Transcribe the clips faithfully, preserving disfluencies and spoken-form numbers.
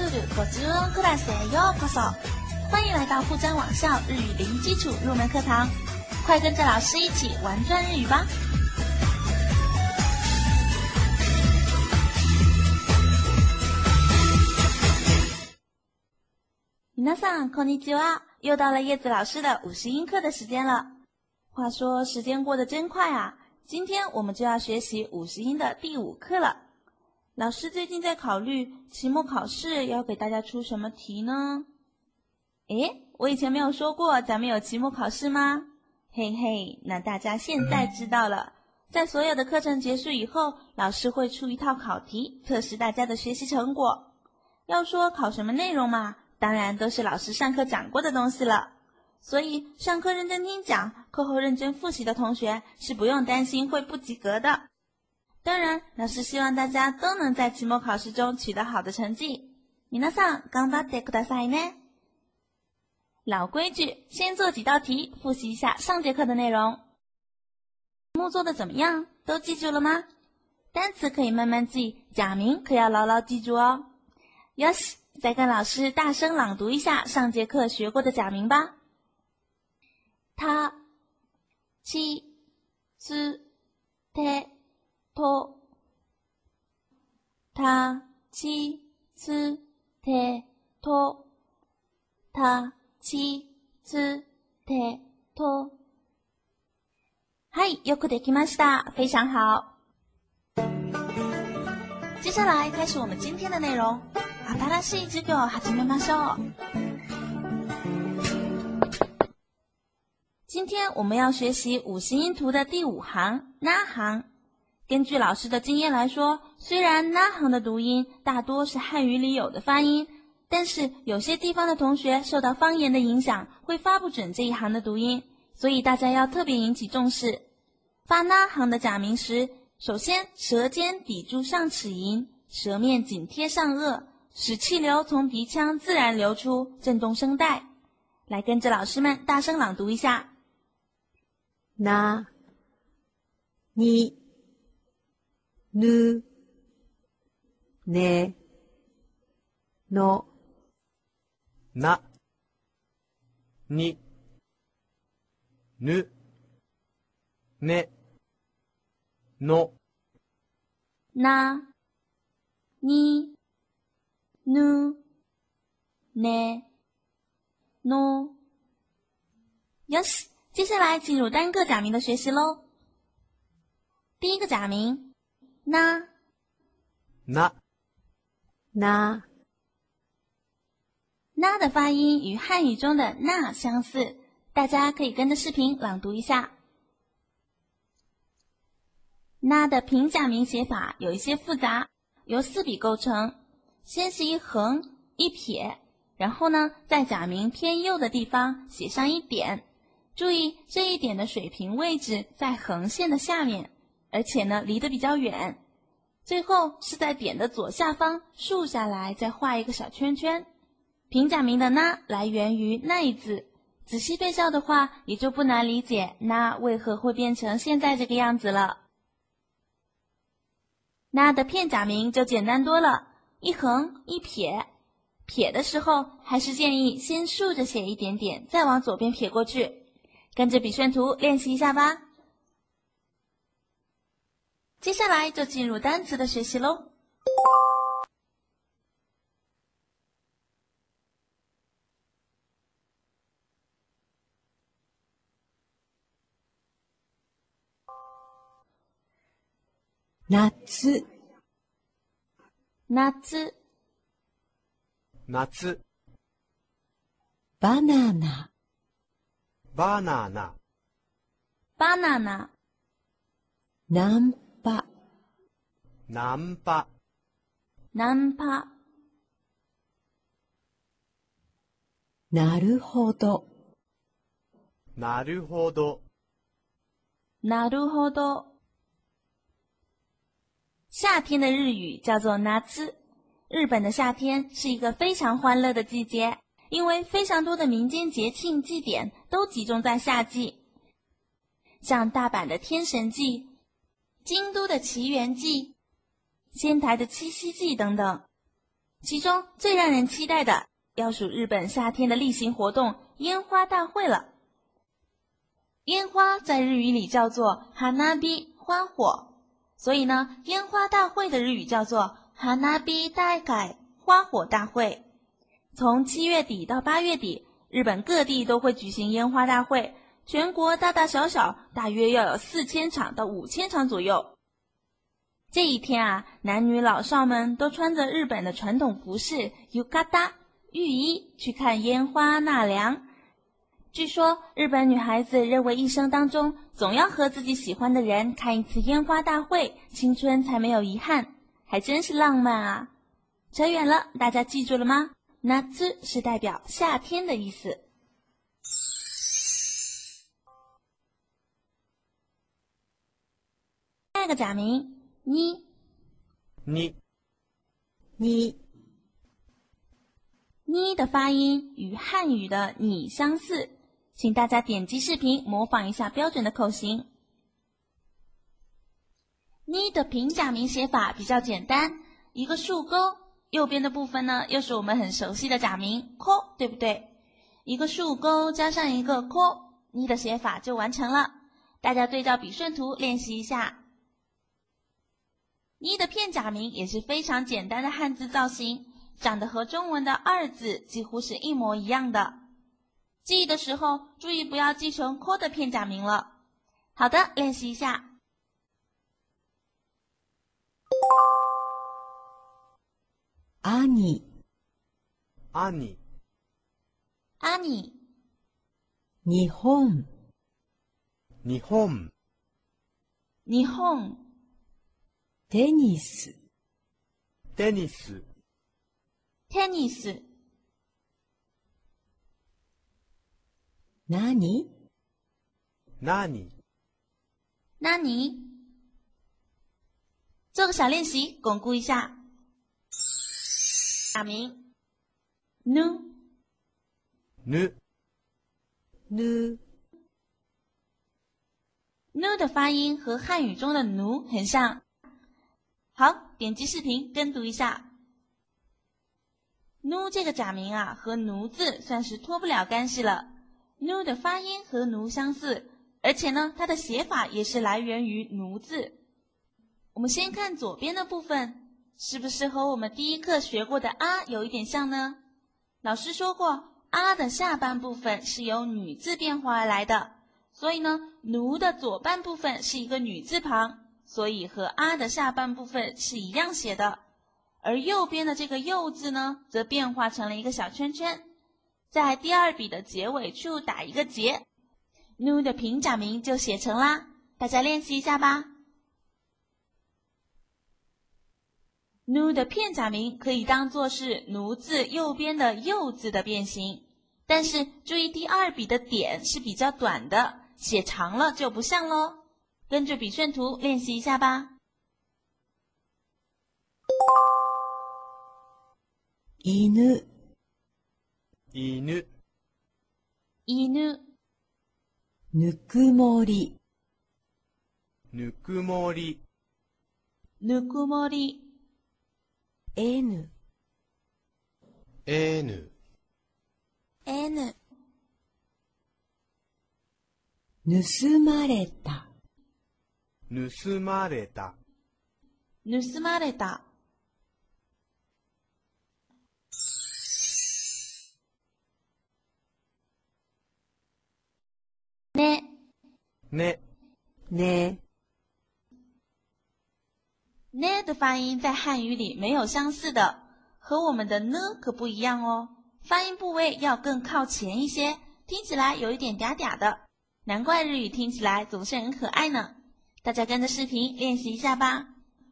ールごじゅうおんクラスへようこそ！欢迎来到沪江网校日语零基础入门课堂，快跟着老师一起玩转日语吧！皆さんこんにちは，又到了叶子老师的五十音课的时间了。话说时间过得真快啊，今天我们就要学习五十音的第五课了。老师最近在考虑期末考试要给大家出什么题呢？诶，我以前没有说过咱们有期末考试吗？嘿嘿，那大家现在知道了。在所有的课程结束以后，老师会出一套考题，测试大家的学习成果。要说考什么内容嘛，当然都是老师上课讲过的东西了。所以上课认真听讲，课后认真复习的同学是不用担心会不及格的。当然，老师希望大家都能在期末考试中取得好的成绩。皆さん頑張ってくださいね。老规矩，先做几道题，复习一下上节课的内容。题目做得怎么样？都记住了吗？单词可以慢慢记，假名可要牢牢记住哦。よし，再跟老师大声朗读一下上节课学过的假名吧。た、ち、つ、て、と、た、ち、つ、て、と、た、ち、つ、て、と。はい、よくできました。非常好。接下来开始我们今天的内容。新しい授業を始めましょう。今天我们要学习五十音图的第五行那行。根据老师的经验来说，虽然那行的读音大多是汉语里有的发音，但是有些地方的同学受到方言的影响，会发不准这一行的读音，所以大家要特别引起重视。发那行的假名时，首先舌尖抵住上齿龈，舌面紧贴上颚，使气流从鼻腔自然流出，震动声带。来跟着老师们大声朗读一下。 な、に、ぬ、ね、の。 な、に、ぬ、ね、の。 な、に、ぬ、ね、の。よし，接下来进入单个假名的学习咯。第一个假名那， な、 な、 那的发音与汉语中的那相似，大家可以跟着视频朗读一下。那的平假名写法有一些复杂，由四笔构成，先是一横一撇，然后呢在假名偏右的地方写上一点，注意这一点的水平位置在横线的下面，而且呢离得比较远，最后是在点的左下方竖下来，再画一个小圈圈。平假名的那来源于那字，仔细对照的话也就不难理解那为何会变成现在这个样子了。那的片假名就简单多了，一横一撇，撇的时候还是建议先竖着写一点点，再往左边撇过去。跟着笔顺图练习一下吧。接下来就进入单词的学习咯。 夏、 夏、 夏、 バナナ、 バナナ、 バナナ、 ナンパ、 ナンパ、 ナンパ。 なるほど、 なるほど、 なるほど。夏天的日语叫做夏。日本的夏天是一个非常欢乐的季节，因为非常多的民间节庆祭典都集中在夏季，像大阪的天神祭、京都的奇缘祭、仙台的七夕祭等等。 其中最让人期待的要数日本夏天的例行活动烟花大会了。烟花在日语里叫做 hanabi 花火，所以呢，烟花大会的日语叫做 hanabi 大会花火大会。从七月底到八月底，日本各地都会举行烟花大会，全国大大小小大约要有四千场到五千场左右。这一天啊，男女老少们都穿着日本的传统服饰 yukata 浴衣去看烟花纳凉。据说日本女孩子认为一生当中总要和自己喜欢的人看一次烟花大会，青春才没有遗憾，还真是浪漫啊。扯远了，大家记住了吗？夏是代表夏天的意思。下一个假名ににに你的发音与汉语的你相似，请大家点击视频模仿一下标准的口型。你的平假名写法比较简单，一个竖钩，右边的部分呢又是我们很熟悉的假名 ko， 对不对？一个竖钩加上一个 ko， 你的写法就完成了。大家对照笔顺图练习一下。你的片假名也是非常简单的汉字造型，长得和中文的二字几乎是一模一样的。记忆的时候注意不要记成 ko 的片假名了。好的，练习一下。 兄兄兄日本日本日本テニステニステニス何何何做个小练习，巩固一下。假名 nu ぬぬ nu 的发音和汉语中的奴很像。好，点击视频跟读一下。nu 这个假名啊，和奴字算是脱不了干系了。nu 的发音和奴相似，而且呢，它的写法也是来源于奴字。我们先看左边的部分，是不是和我们第一课学过的啊有一点像呢？老师说过，啊的下半部分是由女字变化而来的，所以呢，奴的左半部分是一个女字旁，所以和啊的下半部分是一样写的。而右边的这个右字呢，则变化成了一个小圈圈，在第二笔的结尾处打一个结， nu 的平假名就写成啦。大家练习一下吧。nu 的片假名可以当作是奴字右边的右字的变形，但是注意第二笔的点是比较短的，写长了就不像咯。跟着笔顺图练习一下吧。 犬犬犬ぬくもりぬくもりぬくもり N N N 盗まれた盗まれた盗まれたねねね呢的发音在汉语里没有相似的，和我们的呢可不一样哦，发音部位要更靠前一些，听起来有一点嗲嗲的，难怪日语听起来总是很可爱呢。大家跟着视频练习一下吧。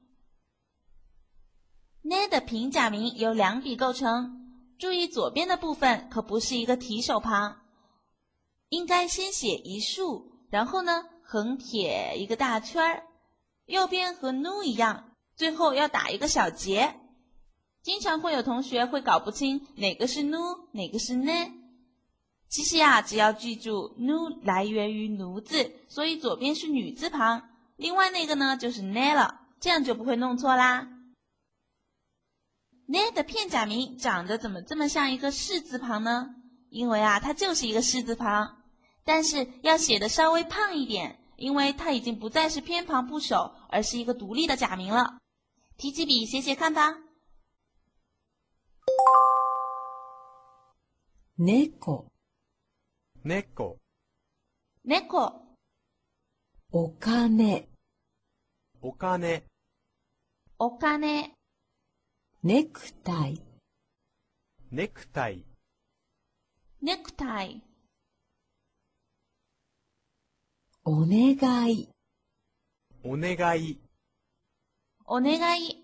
呢的平假名由两笔构成，注意左边的部分可不是一个提手旁，应该先写一竖，然后呢横撇一个大圈儿，右边和 nu 一样，最后要打一个小结。经常会有同学会搞不清哪个是 nu 哪个是 ne。 其实呀，只要记住 nu 来源于奴字，所以左边是女字旁，另外那个呢就是 ne 了，这样就不会弄错啦。 呢的片假名长得怎么这么像一个士字旁呢？因为啊，它就是一个士字旁，但是要写的稍微胖一点，因为它已经不再是偏旁部首，而是一个独立的假名了。提起笔写写看吧。 猫、 猫、 猫、 お金、 お金、 お金、 ネクタイ、 ネクタイ、 ネクタイ、 お願い、 お願い。 お願い。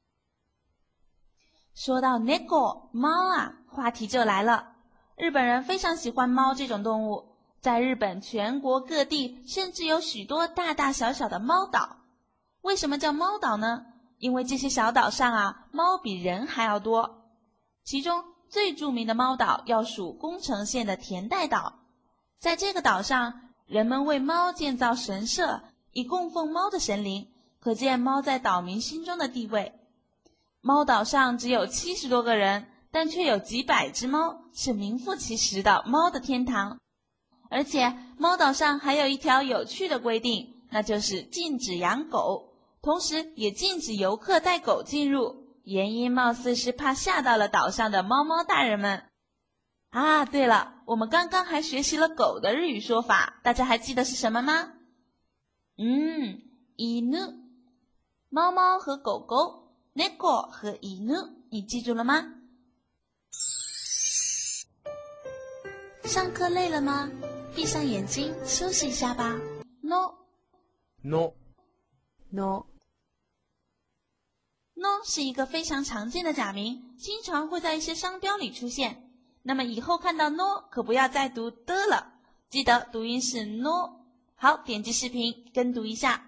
说到猫猫啊，话题就来了。日本人非常喜欢猫这种动物，在日本全国各地甚至有许多大大小小的猫岛。为什么叫猫岛呢？因为这些小岛上啊，猫比人还要多。其中最著名的猫岛要数宫城县的田代岛。在这个岛上，人们为猫建造神社，以供奉猫的神灵，可见猫在岛民心中的地位。猫岛上只有七十多个人，但却有几百只猫，是名副其实的猫的天堂。而且猫岛上还有一条有趣的规定，那就是禁止养狗，同时也禁止游客带狗进入，原因貌似是怕吓到了岛上的猫猫大人们。啊，对了，我们刚刚还学习了狗的日语说法，大家还记得是什么吗？嗯，犬，猫猫和狗狗。猫和犬，你记住了吗？上课累了吗？闭上眼睛休息一下吧。no no no no 是一个非常常见的假名，经常会在一些商标里出现。那么以后看到 no 可不要再读的了，记得读音是 no。好，点击视频跟读一下。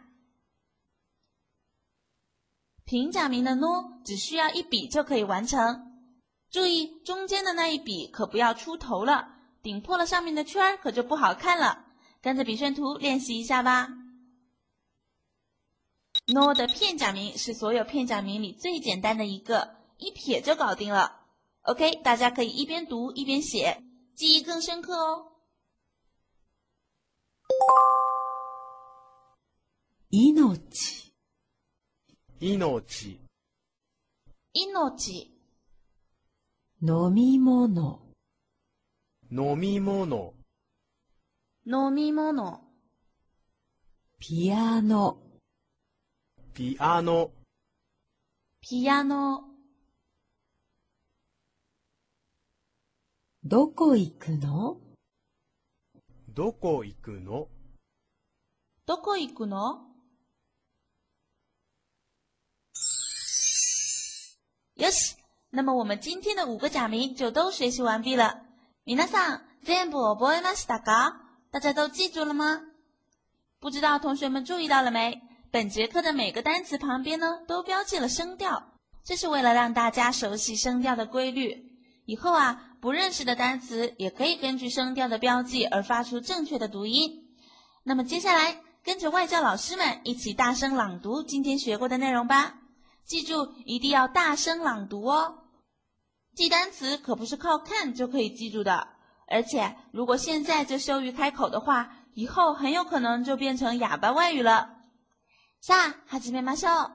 平假名的 no 只需要一笔就可以完成，注意中间的那一笔可不要出头了，顶破了上面的圈可就不好看了。跟着笔顺图练习一下吧。no 的片假名是所有片假名里最简单的一个，一撇就搞定了。OK， 大家可以一边读一边写，记忆更深刻哦。 命、 命、 命、 飲み物、 飲み物、 飲み物、 ピアノ、 ピアノ、 ピアノ。 どこ行くの？ どこ行くの？ どこ行くの？よし，那么我们今天的五个假名就都学习完毕了。皆さん、全部覚えましたか？大家都记住了吗？不知道同学们注意到了没？本节课的每个单词旁边呢，都标记了声调，这是为了让大家熟悉声调的规律。以后啊，不认识的单词也可以根据声调的标记而发出正确的读音。那么接下来，跟着外教老师们一起大声朗读今天学过的内容吧。记住，一定要大声朗读哦。记单词可不是靠看就可以记住的，而且如果现在就羞于开口的话，以后很有可能就变成哑巴外语了。さあ、始めましょう。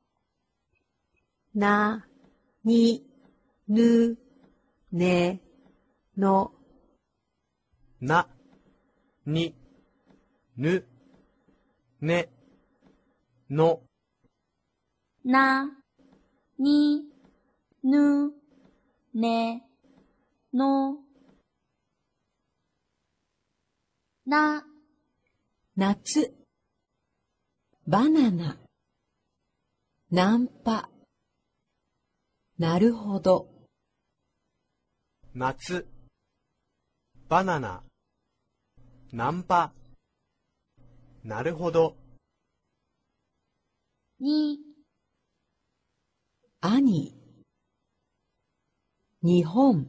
な、に、ぬ、ね、の、 な、に、ぬ、ね、の、 な、に、ぬ、ね、の、な、 夏、バナナ、ナンパ、なるほど、 夏、バナナ、ナンパ、なるほど、 に、 兄、日本、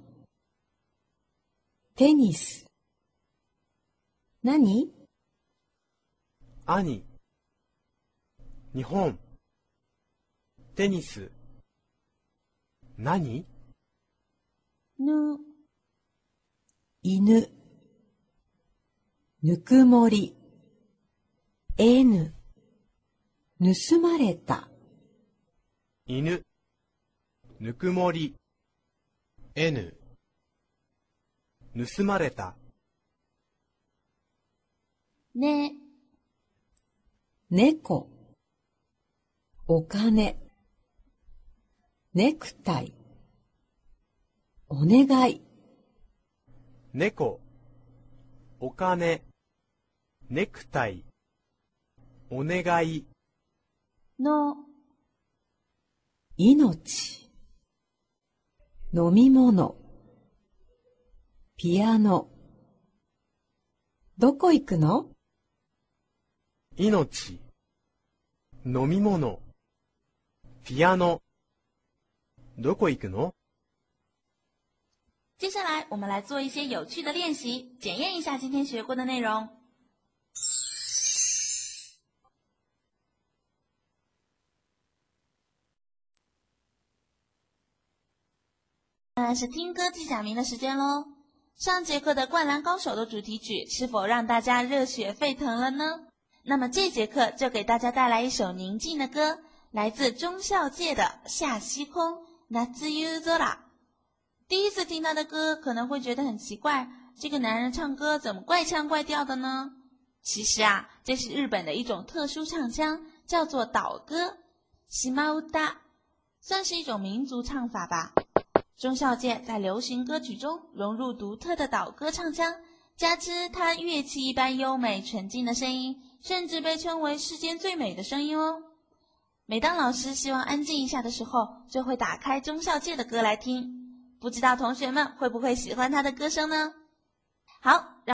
テニス。何？ 兄、日本、テニス、 何？ ぬ、 犬、ぬくもり、N、盗まれた、 犬、ぬくもり、N、盗まれた、 ね、 猫、お金、ネクタイ、お願い、 猫、お金、ネクタイ、お願い、 の、 命、飲み物、ピアノ、どこ行くの？ 命、飲み物、ピアノ。どこ行くの？ 接下来我们来做一些有趣的练习，检验一下今天学过的内容。当然是听歌记假名的时间咯。上节课的《灌篮高手》的主题曲是否让大家热血沸腾了呢？那么这节课就给大家带来一首宁静的歌，来自中孝介的《夏西空》夏夕空。第一次听他的歌可能会觉得很奇怪，这个男人唱歌怎么怪腔怪调的呢？其实啊，这是日本的一种特殊唱腔，叫做岛歌，シマウダ，算是一种民族唱法吧。中孝介在流行歌曲中融入独特的岛歌唱腔，加之他乐器一般优美纯净的声音，甚至被称为世间最美的声音哦。每当老师希望安静一下的时候，就会打开中孝介的歌来听。不知道同学们会不会喜欢他的歌声呢？好。